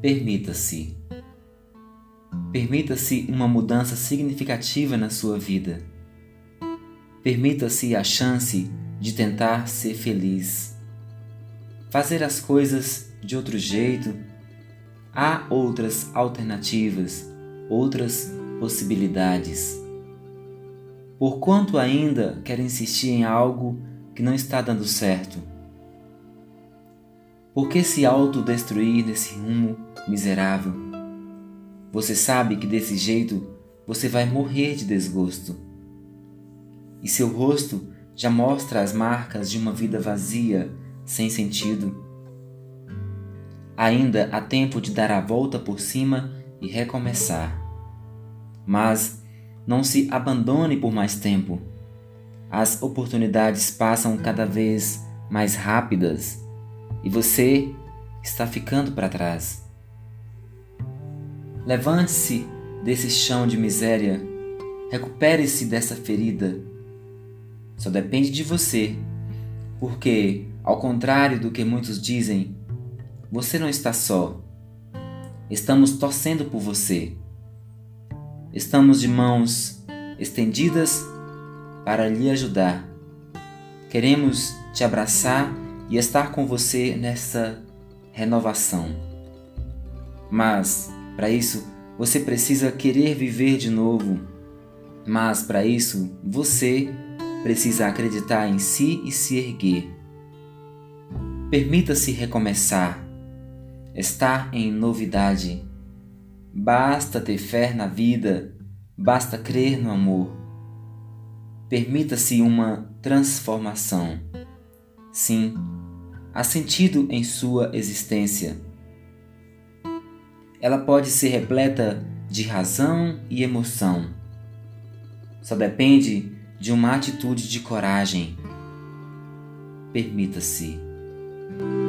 Permita-se. Permita-se uma mudança significativa na sua vida. Permita-se a chance de tentar ser feliz. Fazer as coisas de outro jeito. Há outras alternativas, outras possibilidades. Porquanto ainda quer insistir em algo que não está dando certo? Por que se autodestruir nesse rumo miserável? Você sabe que desse jeito você vai morrer de desgosto. E seu rosto já mostra as marcas de uma vida vazia, sem sentido. Ainda há tempo de dar a volta por cima e recomeçar. Mas não se abandone por mais tempo. As oportunidades passam cada vez mais rápidas e você está ficando para trás. Levante-se desse chão de miséria, recupere-se dessa ferida. Só depende de você, porque, ao contrário do que muitos dizem, você não está só. Estamos torcendo por você. Estamos de mãos estendidas para lhe ajudar. Queremos te abraçar e estar com você nessa renovação. Mas, para isso, você precisa querer viver de novo. Mas, para isso, você precisa acreditar em si e se erguer. Permita-se recomeçar. Estar em novidade. Basta ter fé na vida, basta crer no amor. Permita-se uma transformação. Sim, há sentido em sua existência. Ela pode ser repleta de razão e emoção. Só depende de uma atitude de coragem. Permita-se.